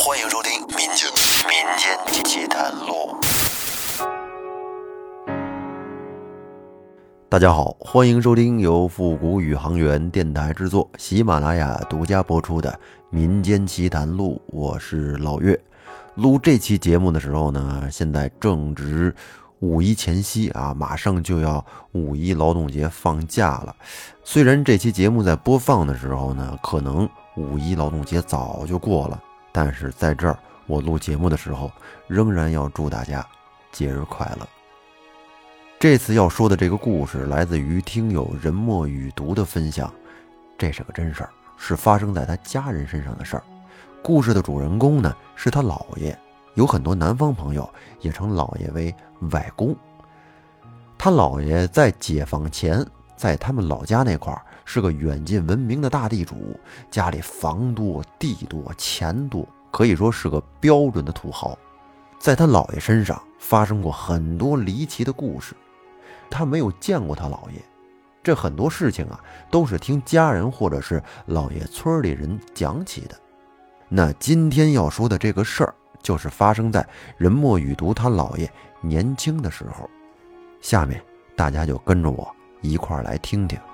欢迎收听民间奇谈录。大家好，欢迎收听由复古宇航员电台制作，喜马拉雅独家播出的民间奇谈录。我是老岳。录这期节目的时候呢，现在正值五一前夕啊，马上就要五一劳动节放假了。虽然这期节目在播放的时候呢，可能五一劳动节早就过了，但是在这儿我录节目的时候，仍然要祝大家节日快乐。这次要说的这个故事来自于听友人墨雨读的分享，这是个真事儿，是发生在他家人身上的事儿。故事的主人公呢是他姥爷，有很多南方朋友也称姥爷为外公。他姥爷在解放前在他们老家那块儿是个远近闻名的大地主，家里房多地多钱多，可以说是个标准的土豪。在他姥爷身上发生过很多离奇的故事，他没有见过他姥爷，这很多事情啊都是听家人或者是姥爷村里人讲起的。那今天要说的这个事儿就是发生在人墨雨读他姥爷年轻的时候。下面大家就跟着我一块儿来听听。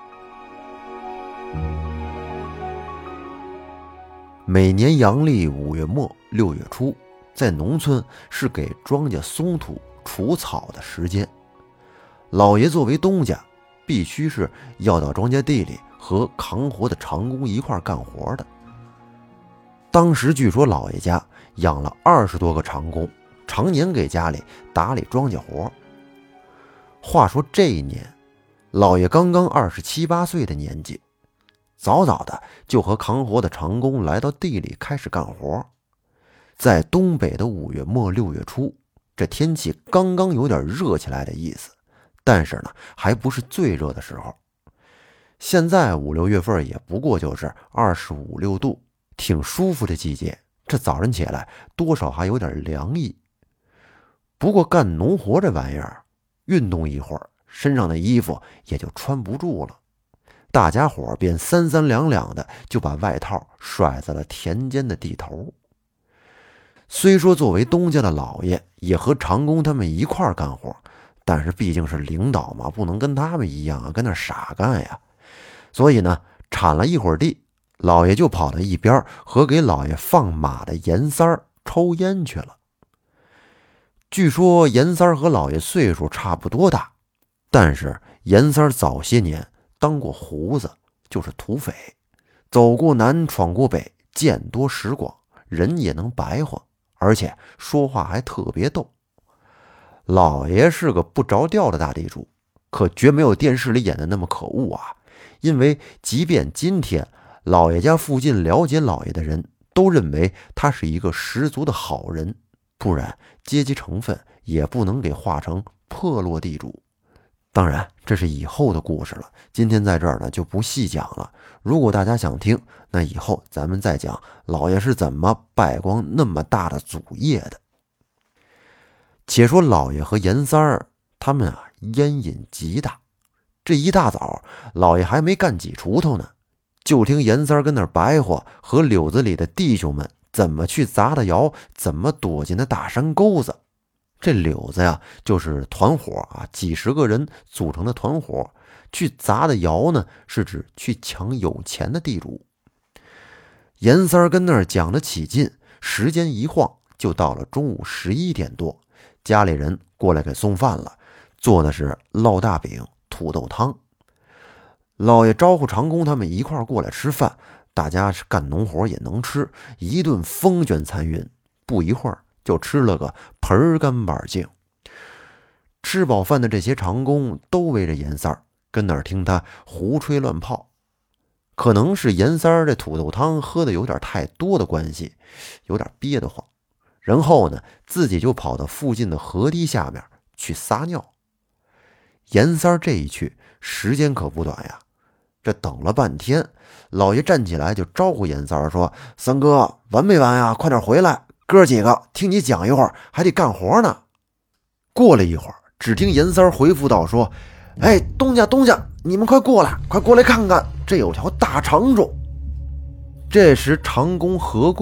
每年阳历5月末6月初，在农村是给庄稼松土除草的时间。老爷作为东家，必须是要到庄稼地里和扛活的长工一块干活的。当时据说老爷家养了20多个长工，常年给家里打理庄稼活。话说这一年，老爷刚刚27、28岁的年纪，早早的就和扛活的长工来到地里开始干活。在东北的5月末6月初，这天气刚刚有点热起来的意思，但是呢还不是最热的时候。现在5、6月份也不过就是25、26度，挺舒服的季节，这早晨起来多少还有点凉意。不过干农活这玩意儿，运动一会儿身上的衣服也就穿不住了，大家伙便三三两两的就把外套甩在了田间的地头。虽说作为东家的老爷也和长工他们一块儿干活，但是毕竟是领导嘛，不能跟他们一样跟那傻干呀。所以呢，铲了一会儿地，老爷就跑到一边和给老爷放马的严三儿抽烟去了。据说严三儿和老爷岁数差不多大，但是严三儿早些年当过胡子，就是土匪，走过南闯过北，见多识广，人也能白话，而且说话还特别逗。老爷是个不着调的大地主，可绝没有电视里演的那么可恶啊。因为即便今天老爷家附近了解老爷的人都认为他是一个十足的好人，不然阶级成分也不能给划成破落地主。当然这是以后的故事了，今天在这儿呢就不细讲了。如果大家想听，那以后咱们再讲老爷是怎么败光那么大的祖业的。且说老爷和严三儿他们啊烟瘾极大，这一大早老爷还没干几锄头呢，就听严三儿跟那儿白话和柳子里的弟兄们怎么去砸的窑，怎么躲进那大山沟子。这柳子呀就是团伙啊，几十个人组成的团伙，去砸的窑呢是指去抢有钱的地主。严三儿跟那儿讲得起劲，时间一晃就到了中午11点多，家里人过来给送饭了，做的是烙大饼、土豆汤。老爷招呼长工他们一块儿过来吃饭，大家是干农活也能吃，一顿风卷残云，不一会儿就吃了个盆干板净。吃饱饭的这些长工都围着严三儿跟那儿听他胡吹乱泡。可能是严三儿这土豆汤喝的有点太多的关系，有点憋得慌，然后呢自己就跑到附近的河堤下面去撒尿。严三儿这一去时间可不短呀，这等了半天，老爷站起来就招呼严三儿说：三哥完没完呀，快点回来，哥几个听你讲一会儿还得干活呢。过了一会儿，只听严三儿回复道说：哎，东家，你们快过来，快过来看看，这有条大长虫。这时长工何贵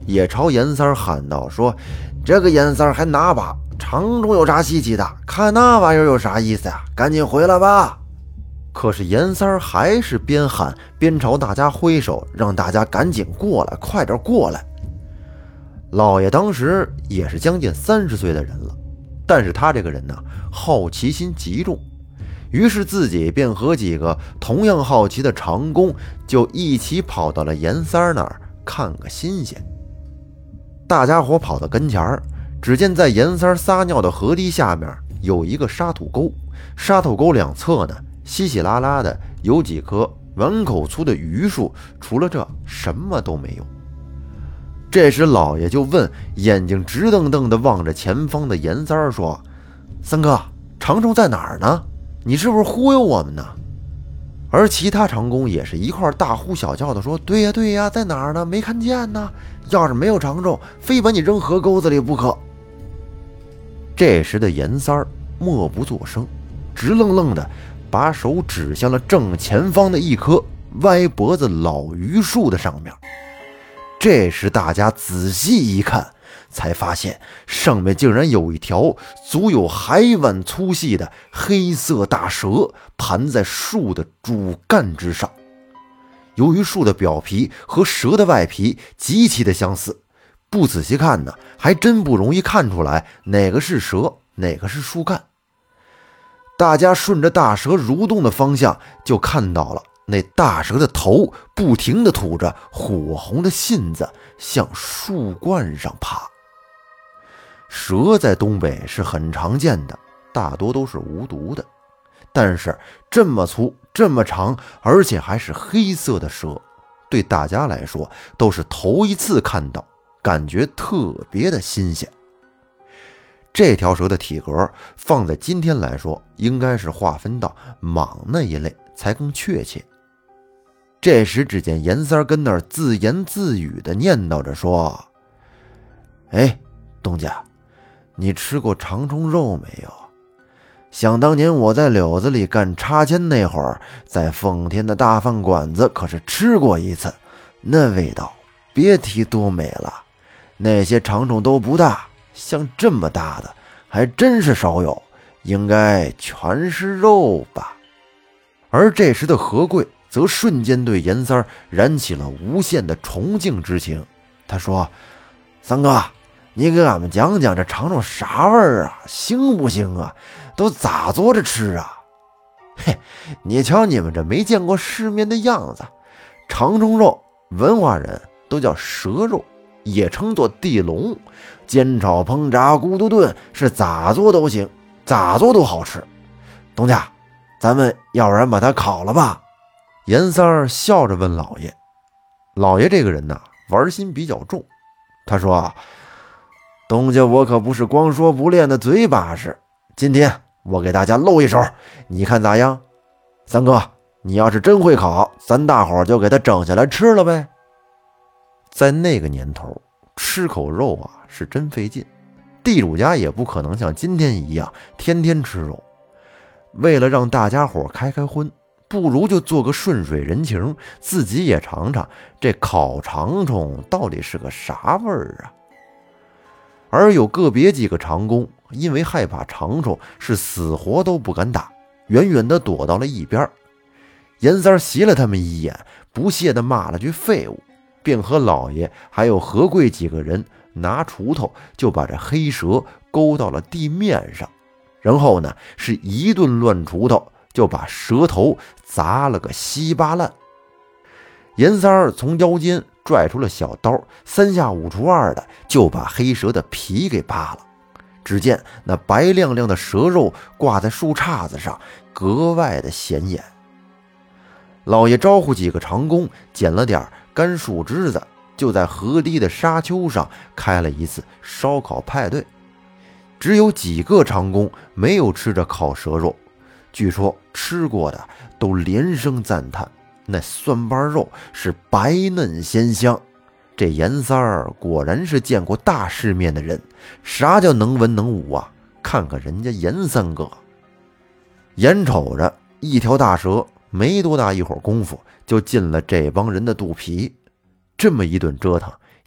也朝严三儿喊道说：“这个严三儿还拿把长虫有啥稀奇的？看那玩意儿有啥意思呀？赶紧回来吧！”可是严三儿还是边喊边朝大家挥手，让大家赶紧过来，快点过来。老爷当时也是将近30岁的人了，但是他这个人呢，好奇心极重，于是自己便和几个同样好奇的长工就一起跑到了严三儿那儿看个新鲜。大家伙跑到跟前儿，只见在严三儿撒尿的河堤下面有一个沙土沟，沙土沟两侧呢稀稀拉拉的有几棵碗口粗的榆树，除了这什么都没有。这时老爷就问眼睛直瞪瞪地望着前方的严三儿说：“三哥，长虫在哪儿呢？你是不是忽悠我们呢？”而其他长工也是一块大呼小叫的说：“对呀对呀，在哪儿呢？没看见呢！要是没有长虫，非把你扔河沟子里不可。”这时的严三儿默不作声，直愣愣的把手指向了正前方的一棵歪脖子老榆树的上面。这时大家仔细一看，才发现上面竟然有一条足有海碗粗细的黑色大蛇盘在树的主干之上。由于树的表皮和蛇的外皮极其的相似，不仔细看呢，还真不容易看出来哪个是蛇，哪个是树干。大家顺着大蛇蠕动的方向，就看到了那大蛇的头不停地吐着火红的信子，向树冠上爬。蛇在东北是很常见的，大多都是无毒的，但是这么粗这么长，而且还是黑色的蛇，对大家来说都是头一次看到，感觉特别的新鲜。这条蛇的体格放在今天来说，应该是划分到蟒那一类才更确切。这时只见严三儿跟那儿自言自语地念叨着说：“哎，东家，你吃过长虫肉没有？想当年我在柳子里干插签那会儿，在奉天的大饭馆子可是吃过一次，那味道别提多美了。那些长虫都不大，像这么大的还真是少有，应该全是肉吧。”而这时的何贵则瞬间对严三儿燃起了无限的崇敬之情。他说：“三哥，你给俺们讲讲这长虫啥味儿啊？行不行啊？都咋做着吃啊？”“嘿，你瞧你们这没见过世面的样子，长虫肉文化人都叫蛇肉，也称作地龙，煎炒烹炸咕嘟炖，是咋做都行，咋做都好吃。东家，咱们要不然把它烤了吧？”严三儿笑着问老爷。老爷这个人呢，玩心比较重。他说：“东家我可不是光说不练的嘴把式，今天我给大家露一手，你看咋样？三哥，你要是真会烤，咱大伙就给他整下来吃了呗。”在那个年头，吃口肉啊是真费劲，地主家也不可能像今天一样天天吃肉。为了让大家伙开开荤，不如就做个顺水人情，自己也尝尝这烤长虫到底是个啥味儿啊。而有个别几个长工因为害怕长虫，是死活都不敢打，远远地躲到了一边。严三儿斜了他们一眼，不屑地骂了句废物，便和老爷还有何贵几个人拿锄头就把这黑蛇勾到了地面上，然后呢是一顿乱锄头，就把蛇头砸了个稀巴烂。严三儿从腰间拽出了小刀，三下五除二的就把黑蛇的皮给扒了。只见那白亮亮的蛇肉挂在树杈子上，格外的显眼。老爷招呼几个长工捡了点干树枝子，就在河堤的沙丘上开了一次烧烤派对。只有几个长工没有吃着烤蛇肉，据说吃过的都连声赞叹，那蒜瓣肉是白嫩鲜香。这严三儿果然是见过大世面的人，啥叫能文能武啊？看看人家严三哥，眼瞅着一条大蛇没多大一会儿功夫就进了这帮人的肚皮。这么一顿折腾，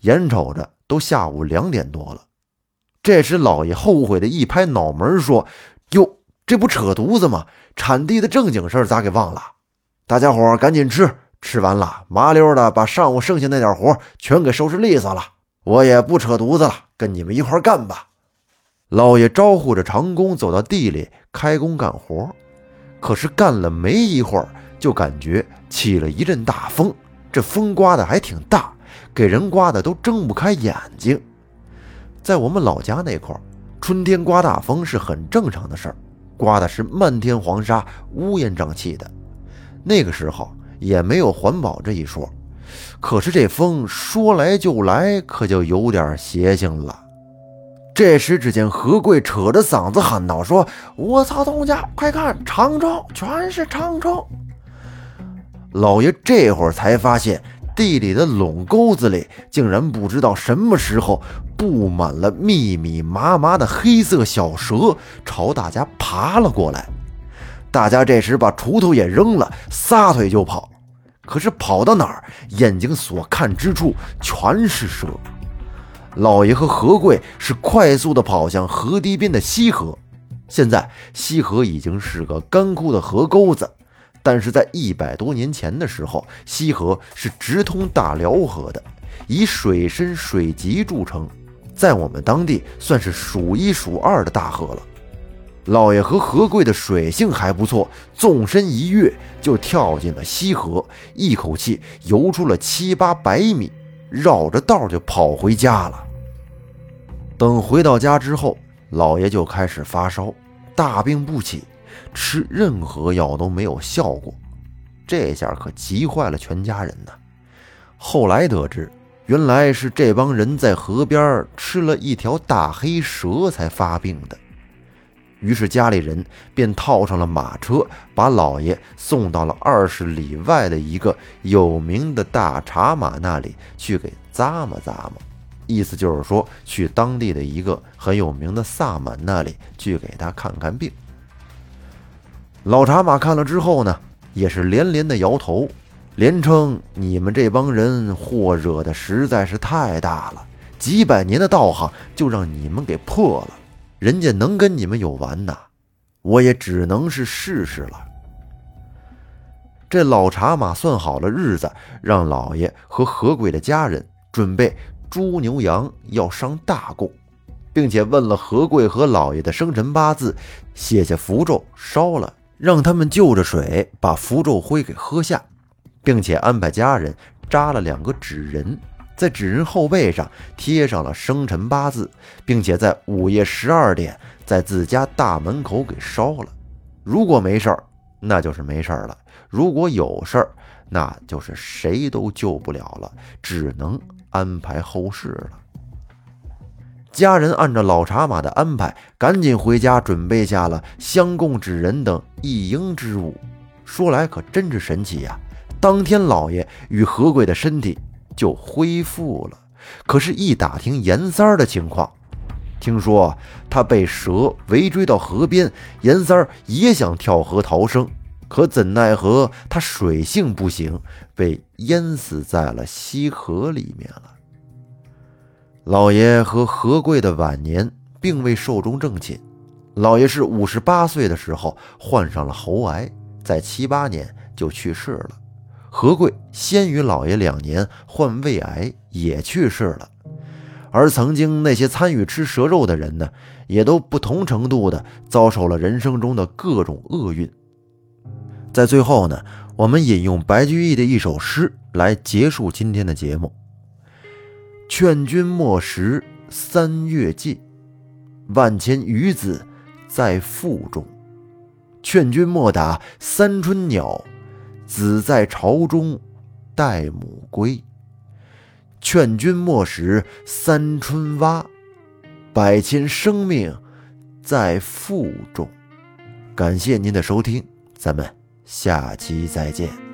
眼瞅着都下午2点多了。这时老爷后悔的一拍脑门说：哟，这不扯犊子吗？铲地的正经事儿咋给忘了？大家伙赶紧吃，吃完了麻溜的把上午剩下那点活全给收拾利索了，我也不扯犊子了，跟你们一块干吧。老爷招呼着长工走到地里开工干活，可是干了没一会儿，就感觉起了一阵大风，这风刮的还挺大，给人刮的都睁不开眼睛。在我们老家那块儿，春天刮大风是很正常的事儿，刮的是漫天黄沙，乌烟瘴气的。那个时候也没有环保这一说，可是这风说来就来，可就有点邪性了。这时只见何贵扯着嗓子喊道说：我操东家，快看，长虫，全是长虫。老爷这会儿才发现地里的垄沟子里竟然不知道什么时候布满了密密麻麻的黑色小蛇，朝大家爬了过来。大家这时把锄头也扔了，撒腿就跑。可是跑到哪儿，眼睛所看之处全是蛇。老爷和何贵是快速地跑向河堤边的西河。现在西河已经是个干枯的河沟子，但是在100多年前的时候，西河是直通大辽河的，以水深水急著称，在我们当地算是数1数2的大河了。老爷和何贵的水性还不错，纵身一跃就跳进了西河，一口气游出了7、800米，绕着道就跑回家了。等回到家之后，老爷就开始发烧，大病不起，吃任何药都没有效果，这下可急坏了全家人呢。后来得知，原来是这帮人在河边吃了一条大黑蛇才发病的。于是家里人便套上了马车，把老爷送到了20里外的一个有名的大茶马那里去给咂摸咂摸，意思就是说去当地的一个很有名的萨满那里去给他看看病。老茶马看了之后呢，也是连连的摇头，连称你们这帮人祸惹的实在是太大了，几百年的道行就让你们给破了，人家能跟你们有完呐？我也只能是试试了。这老茶马算好了日子，让老爷和何贵的家人准备猪牛羊要上大供，并且问了何贵和老爷的生辰八字，写下符咒烧了，让他们就着水把符咒灰给喝下，并且安排家人扎了2个纸人，在纸人后背上贴上了生辰八字，并且在午夜12点在自家大门口给烧了。如果没事儿，那就是没事儿了；如果有事儿，那就是谁都救不了了，只能安排后事了。家人按照老茶马的安排，赶紧回家准备下了香供纸人等一应之物。说来可真是神奇呀，当天老爷与何贵的身体就恢复了。可是一打听严三儿的情况，听说他被蛇围追到河边，严三儿也想跳河逃生，可怎奈何他水性不行，被淹死在了西河里面了。老爷和何贵的晚年并未寿终正寝，老爷是58岁的时候患上了喉癌，在7、8年就去世了。何贵先于老爷2年患胃癌，也去世了。而曾经那些参与吃蛇肉的人呢，也都不同程度的遭受了人生中的各种厄运。在最后呢，我们引用白居易的一首诗来结束今天的节目：劝君莫食3月芥，万千鱼子在腹中。劝君莫打三春鸟，子在巢中待母归。劝君莫食三春蛙，百千生命在腹中。感谢您的收听，咱们下期再见。